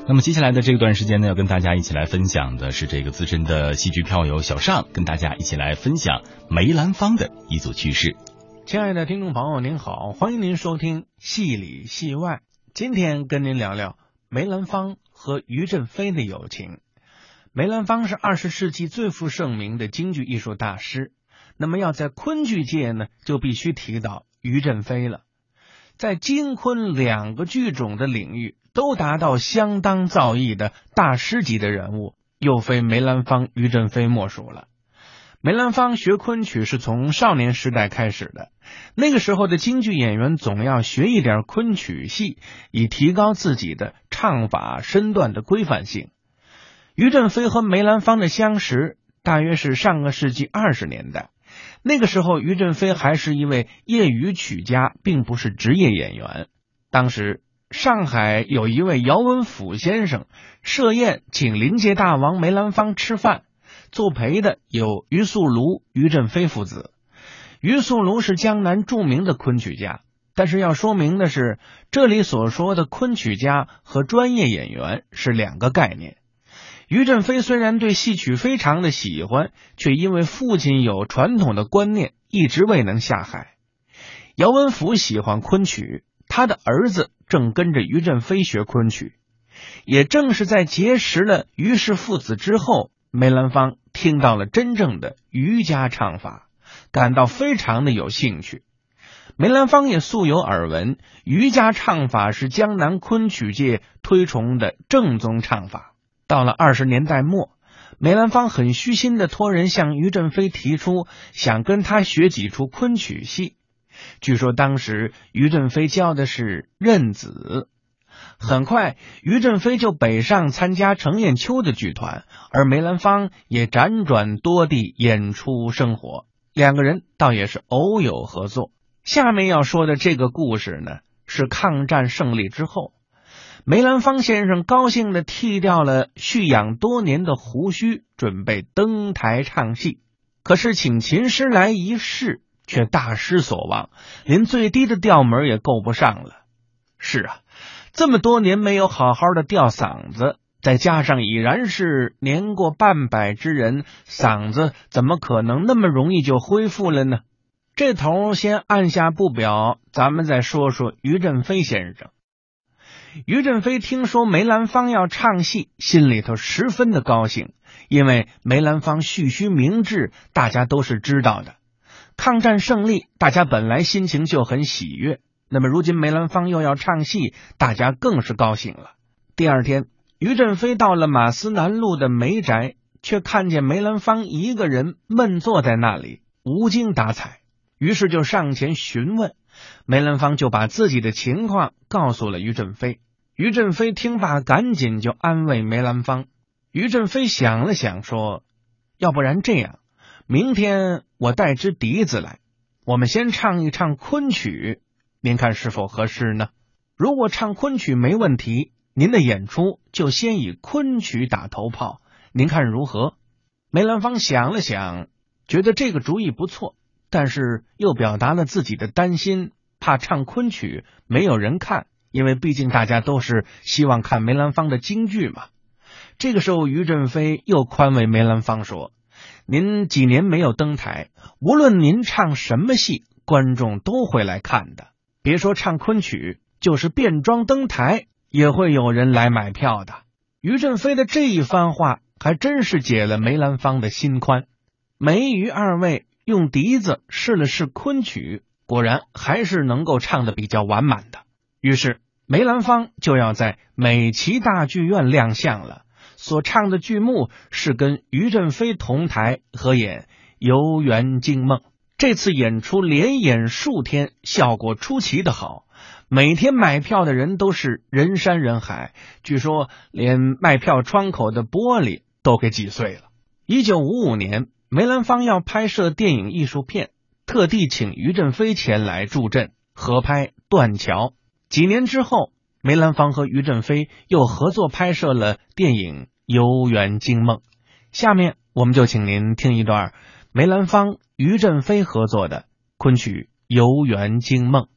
那么接下来的这段时间呢，要跟大家一起来分享的是这个资深的戏剧票友小尚，跟大家一起来分享梅兰芳的一组趣事。 亲爱的听众朋友您好，欢迎您收听戏里戏外。今天跟您聊聊梅兰芳和于振飞的友情。梅兰芳是20世纪最负盛名的京剧艺术大师，那么要在昆剧界呢，就必须提到于振飞了。在京昆两个剧种的领域都达到相当造诣的大师级的人物，又非梅兰芳、于振飞莫属了。梅兰芳学昆曲是从少年时代开始的，那个时候的京剧演员总要学一点昆曲戏，以提高自己的唱法身段的规范性。于振飞和梅兰芳的相识大约是上个世纪20年代，那个时候于振飞还是一位业余曲家，并不是职业演员。当时上海有一位姚文甫先生设宴请临界大王梅兰芳吃饭，作陪的有于素庐、于振飞父子。于素庐是江南著名的昆曲家，但是要说明的是，这里所说的昆曲家和专业演员是两个概念。于振飞虽然对戏曲非常的喜欢，却因为父亲有传统的观念，一直未能下海。姚文甫喜欢昆曲，他的儿子正跟着于振飞学昆曲。也正是在结识了于氏父子之后，梅兰芳听到了真正的于家唱法，感到非常的有兴趣。梅兰芳也素有耳闻，于家唱法是江南昆曲界推崇的正宗唱法。到了20年代末，梅兰芳很虚心地托人向于振飞提出，想跟他学几出昆曲戏。据说当时于振飞教的是任子。很快于振飞就北上参加程砚秋的剧团，而梅兰芳也辗转多地演出生活，两个人倒也是偶有合作。下面要说的这个故事呢，是抗战胜利之后，梅兰芳先生高兴地剃掉了蓄养多年的胡须，准备登台唱戏。可是请琴师来一试，却大失所望，连最低的调门也够不上了。是啊，这么多年没有好好的吊嗓子，再加上已然是年过半百之人，嗓子怎么可能那么容易就恢复了呢？这头先按下不表，咱们再说说于振飞先生。于振飞听说梅兰芳要唱戏，心里头十分的高兴，因为梅兰芳蓄须明志，大家都是知道的。抗战胜利，大家本来心情就很喜悦，那么如今梅兰芳又要唱戏，大家更是高兴了。第二天，于振飞到了马思南路的梅宅，却看见梅兰芳一个人闷坐在那里，无精打采，于是就上前询问。梅兰芳就把自己的情况告诉了于振飞。于振飞听罢，赶紧就安慰梅兰芳。于振飞想了想说，要不然这样，明天我带支笛子来，我们先唱一唱昆曲，您看是否合适呢？如果唱昆曲没问题，您的演出就先以昆曲打头炮，您看如何？梅兰芳想了想，觉得这个主意不错，但是又表达了自己的担心，怕唱昆曲没有人看，因为毕竟大家都是希望看梅兰芳的京剧嘛。这个时候于振飞又宽慰梅兰芳说，您几年没有登台，无论您唱什么戏，观众都会来看的，别说唱昆曲，就是变装登台也会有人来买票的。于振飞的这一番话还真是解了梅兰芳的心宽。梅于二位用笛子试了试昆曲，果然还是能够唱得比较完满的。于是梅兰芳就要在美琪大剧院亮相了，所唱的剧目是跟于振飞同台合演《游园惊梦》。这次演出连演数天，效果出奇的好，每天买票的人都是人山人海，据说连卖票窗口的玻璃都给挤碎了。1955年，梅兰芳要拍摄电影艺术片，特地请于振飞前来助阵，合拍《断桥》。几年之后，梅兰芳和于振飞又合作拍摄了电影《游园惊梦》。下面我们就请您听一段梅兰芳、于振飞合作的昆曲《游园惊梦》。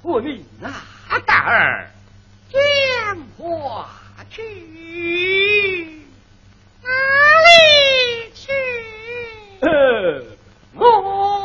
我命啊，大儿将花去哪里去？ 我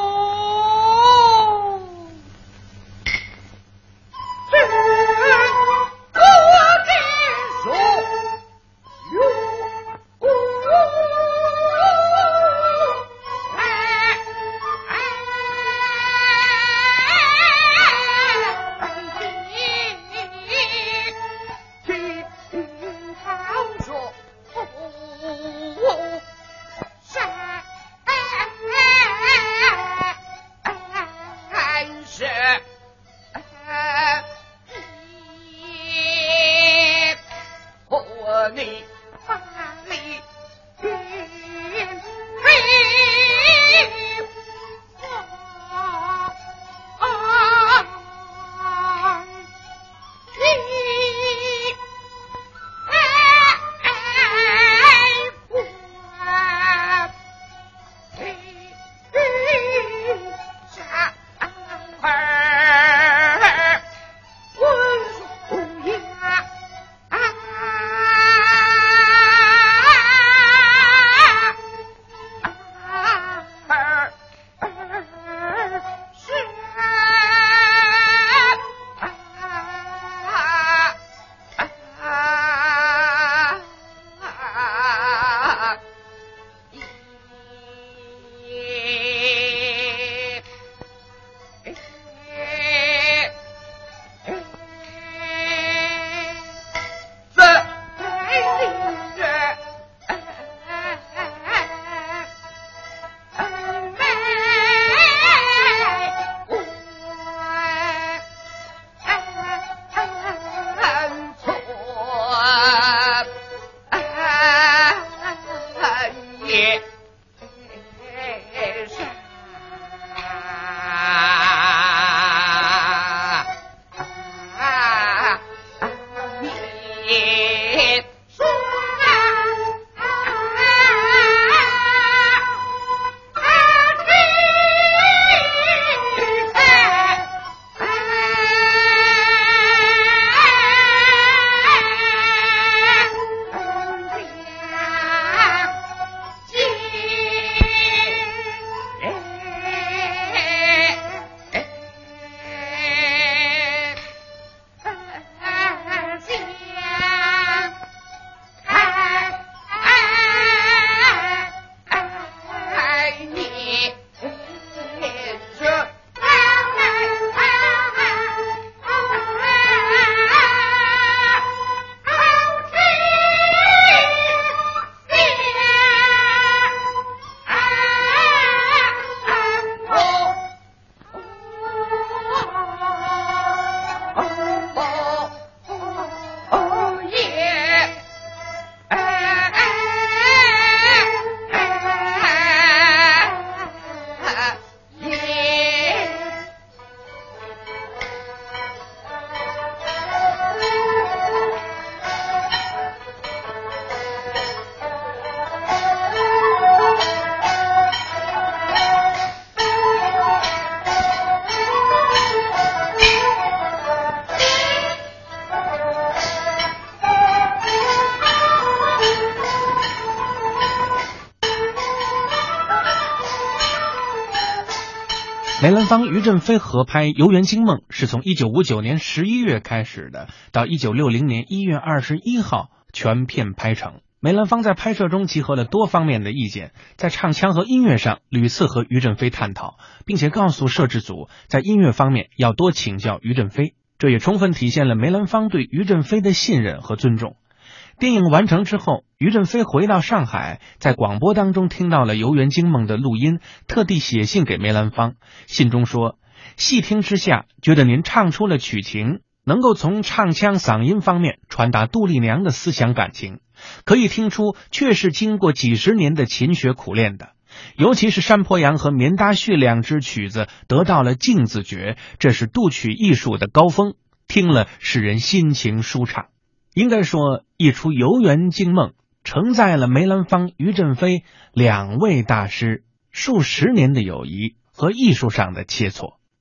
梅兰芳、于振飞合拍《游园惊梦》是从1959年11月开始的，到1960年1月21号全片拍成。梅兰芳在拍摄中集合了多方面的意见，在唱腔和音乐上屡次和于振飞探讨，并且告诉摄制组在音乐方面要多请教于振飞，这也充分体现了梅兰芳对于振飞的信任和尊重。电影完成之后，于振飞回到上海，在广播当中听到了《游园惊梦》的录音，特地写信给梅兰芳，信中说：细听之下，觉得您唱出了曲情，能够从唱腔嗓音方面传达杜丽娘的思想感情，可以听出确是经过几十年的勤学苦练的。尤其是山坡羊和棉搭絮两支曲子得到了镜子诀，这是杜曲艺术的高峰，听了使人心情舒畅。应该说，一出《游园惊梦》承载了梅兰芳、于振飞两位大师数十年的友谊和艺术上的切磋。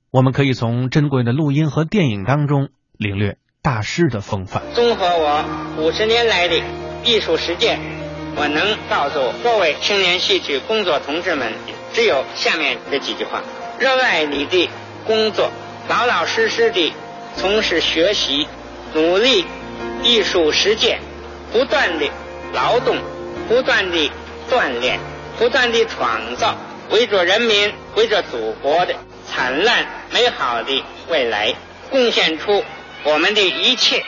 我们可以从珍贵的录音和电影当中领略大师的风范。 综合我50年来的艺术实践，我能告诉各位青年戏曲工作同志们，只有下面这几句话：热爱你的工作，老老实实的从事学习，努力艺术实践，不断的劳动，不断的锻炼，不断的创造，为着人民，为着祖国的灿烂美好的未来，贡献出我们的一切。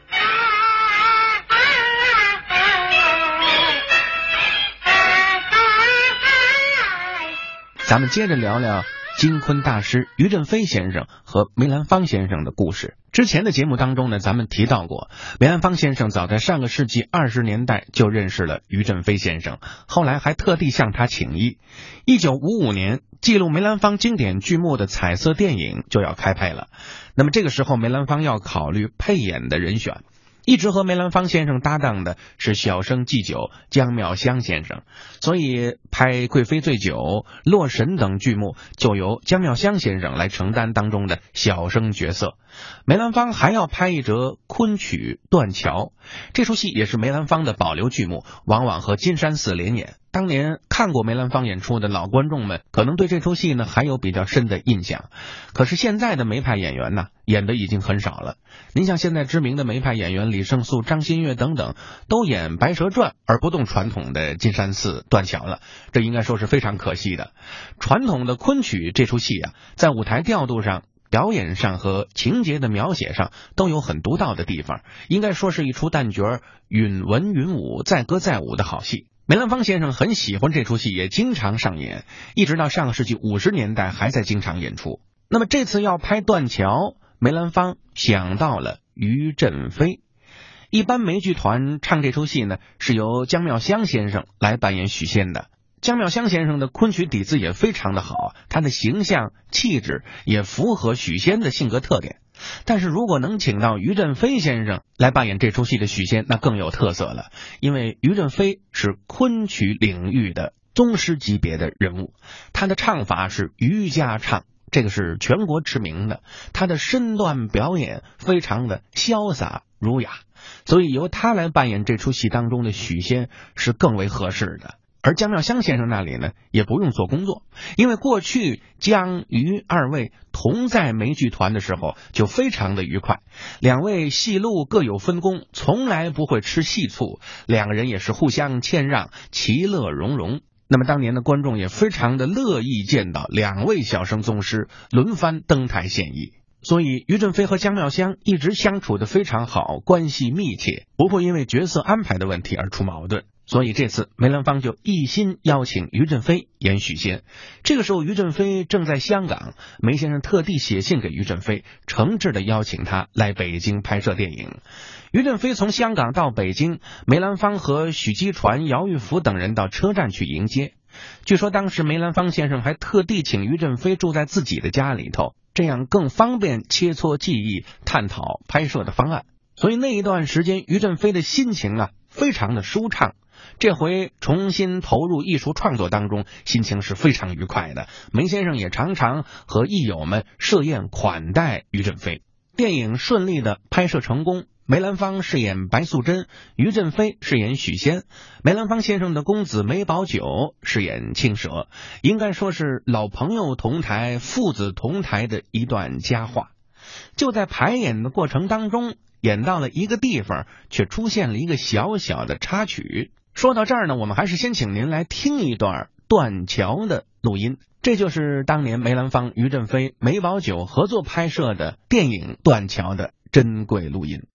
咱们接着聊聊京昆大师于振飞先生和梅兰芳先生的故事。之前的节目当中呢，咱们提到过，梅兰芳先生早在上个世纪20年代就认识了于振飞先生，后来还特地向他请益。1955年，记录梅兰芳经典剧目的彩色电影就要开拍了。那么这个时候，梅兰芳要考虑配演的人选。一直和梅兰芳先生搭档的是小生祭酒姜妙香先生，所以拍《贵妃醉酒》《洛神》等剧目就由姜妙香先生来承担当中的小生角色。梅兰芳还要拍一折昆曲《断桥》，这出戏也是梅兰芳的保留剧目，往往和金山寺联演。当年看过梅兰芳演出的老观众们可能对这出戏呢还有比较深的印象。可是现在的梅派演员呢演的已经很少了。您像现在知名的梅派演员李胜素、张馨月等等都演《白蛇传》而不动传统的金山寺断桥了，这应该说是非常可惜的。传统的昆曲这出戏啊，在舞台调度上、表演上和情节的描写上都有很独到的地方，应该说是一出旦角允文允武载歌载舞的好戏。梅兰芳先生很喜欢这出戏，也经常上演，一直到上个世纪50年代还在经常演出。那么这次要拍断桥，梅兰芳想到了于振飞。一般梅剧团唱这出戏呢，是由姜妙香先生来扮演许仙的。姜妙香先生的昆曲底子也非常的好，他的形象气质也符合许仙的性格特点。但是如果能请到于振飞先生来扮演这出戏的许仙，那更有特色了，因为于振飞是昆曲领域的宗师级别的人物，他的唱法是瑜伽唱，这个是全国驰名的，他的身段表演非常的潇洒儒雅，所以由他来扮演这出戏当中的许仙是更为合适的。而姜妙香先生那里呢，也不用做工作，因为过去姜于二位同在梅剧团的时候就非常的愉快，两位戏路各有分工，从来不会吃细醋，两个人也是互相谦让，其乐融融。那么当年的观众也非常的乐意见到两位小生宗师轮番登台献艺，所以于振飞和姜妙香一直相处得非常好，关系密切，不会因为角色安排的问题而出矛盾。所以这次梅兰芳就一心邀请于振飞演许仙。这个时候于振飞正在香港，梅先生特地写信给于振飞，诚挚地邀请他来北京拍摄电影。于振飞从香港到北京，梅兰芳和许基传、姚玉福等人到车站去迎接。据说当时梅兰芳先生还特地请于振飞住在自己的家里头，这样更方便切磋技艺，探讨拍摄的方案。所以那一段时间于振飞的心情啊非常的舒畅，这回重新投入艺术创作当中，心情是非常愉快的。梅先生也常常和艺友们设宴款待于振飞。电影顺利的拍摄成功，梅兰芳饰演白素贞，于振飞饰演许仙，梅兰芳先生的公子梅葆玖饰演青蛇，应该说是老朋友同台、父子同台的一段佳话。就在排演的过程当中，演到了一个地方，却出现了一个小小的插曲。说到这儿呢，我们还是先请您来听一段断桥的录音，这就是当年梅兰芳、于振飞、梅葆玖合作拍摄的电影《断桥》的珍贵录音。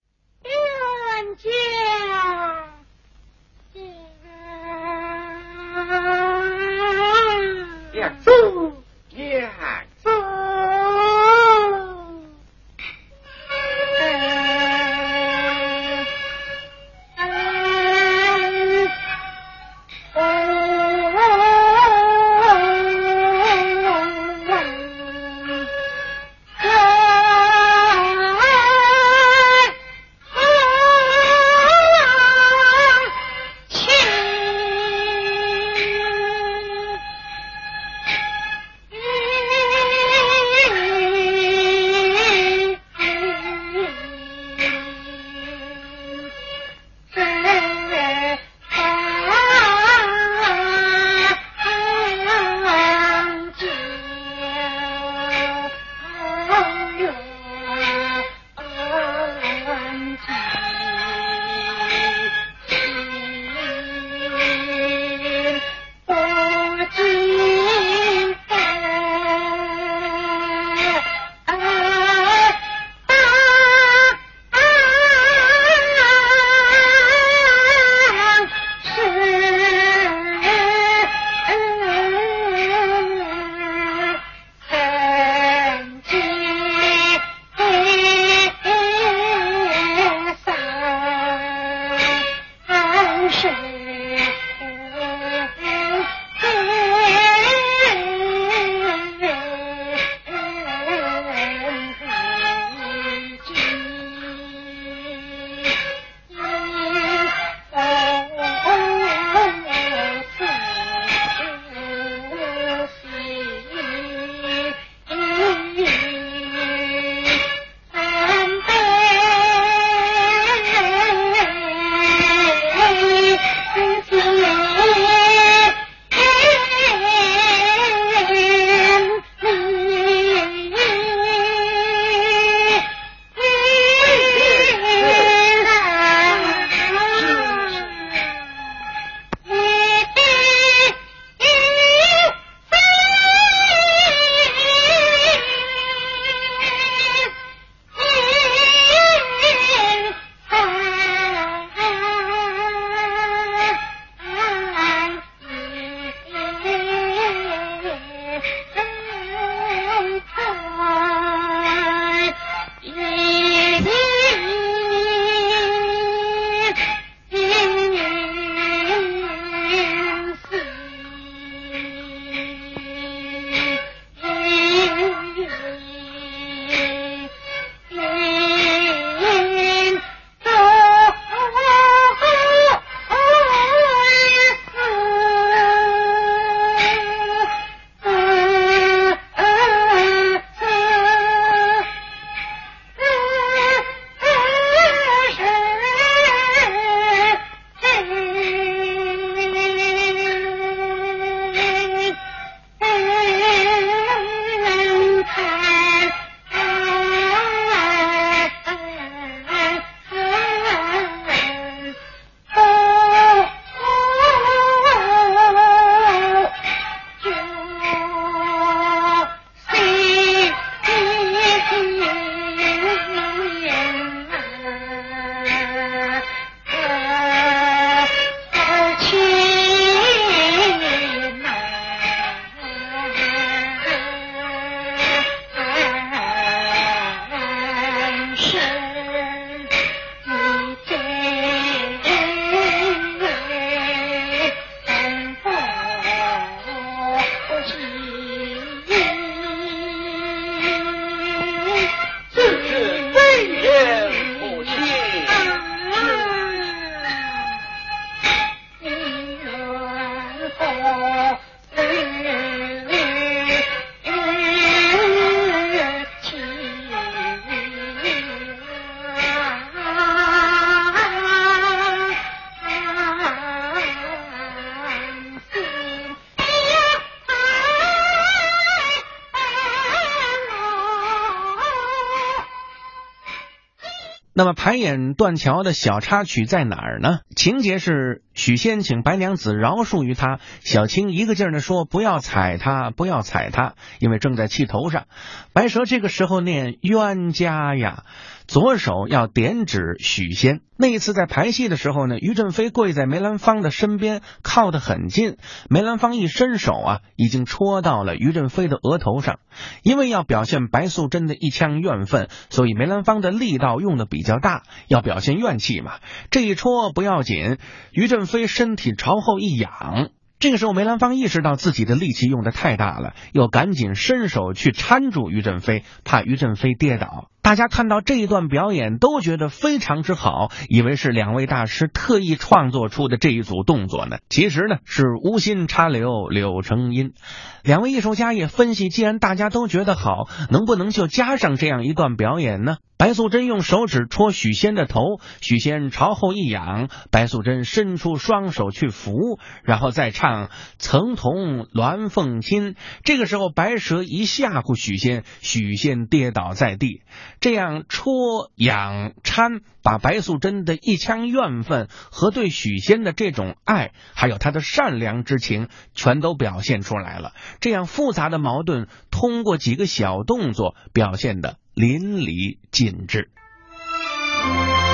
那么排演断桥的小插曲在哪儿呢？情节是许仙请白娘子饶恕于他，小青一个劲儿地说不要踩他，不要踩他，因为正在气头上。白蛇这个时候念冤家呀，左手要点指许仙。那一次在排戏的时候呢，于振飞跪在梅兰芳的身边，靠得很近，梅兰芳一伸手啊，已经戳到了于振飞的额头上。因为要表现白素贞的一腔怨愤，所以梅兰芳的力道用的比较大，要表现怨气嘛。这一戳不要紧，于振飞身体朝后一仰。这个时候梅兰芳意识到自己的力气用得太大了，又赶紧伸手去搀住于振飞，怕于振飞跌倒。大家看到这一段表演都觉得非常之好，以为是两位大师特意创作出的这一组动作呢，其实呢是无心插柳柳成荫。两位艺术家也分析，既然大家都觉得好，能不能就加上这样一段表演呢？白素贞用手指戳许仙的头，许仙朝后一仰，白素贞伸出双手去扶，然后再唱层铜鸾凤亲。这个时候白蛇一吓唬许仙，许仙跌倒在地。这样戳仰搀，把白素贞的一腔怨愤和对许仙的这种爱，还有他的善良之情，全都表现出来了。这样复杂的矛盾通过几个小动作表现得淋漓尽致。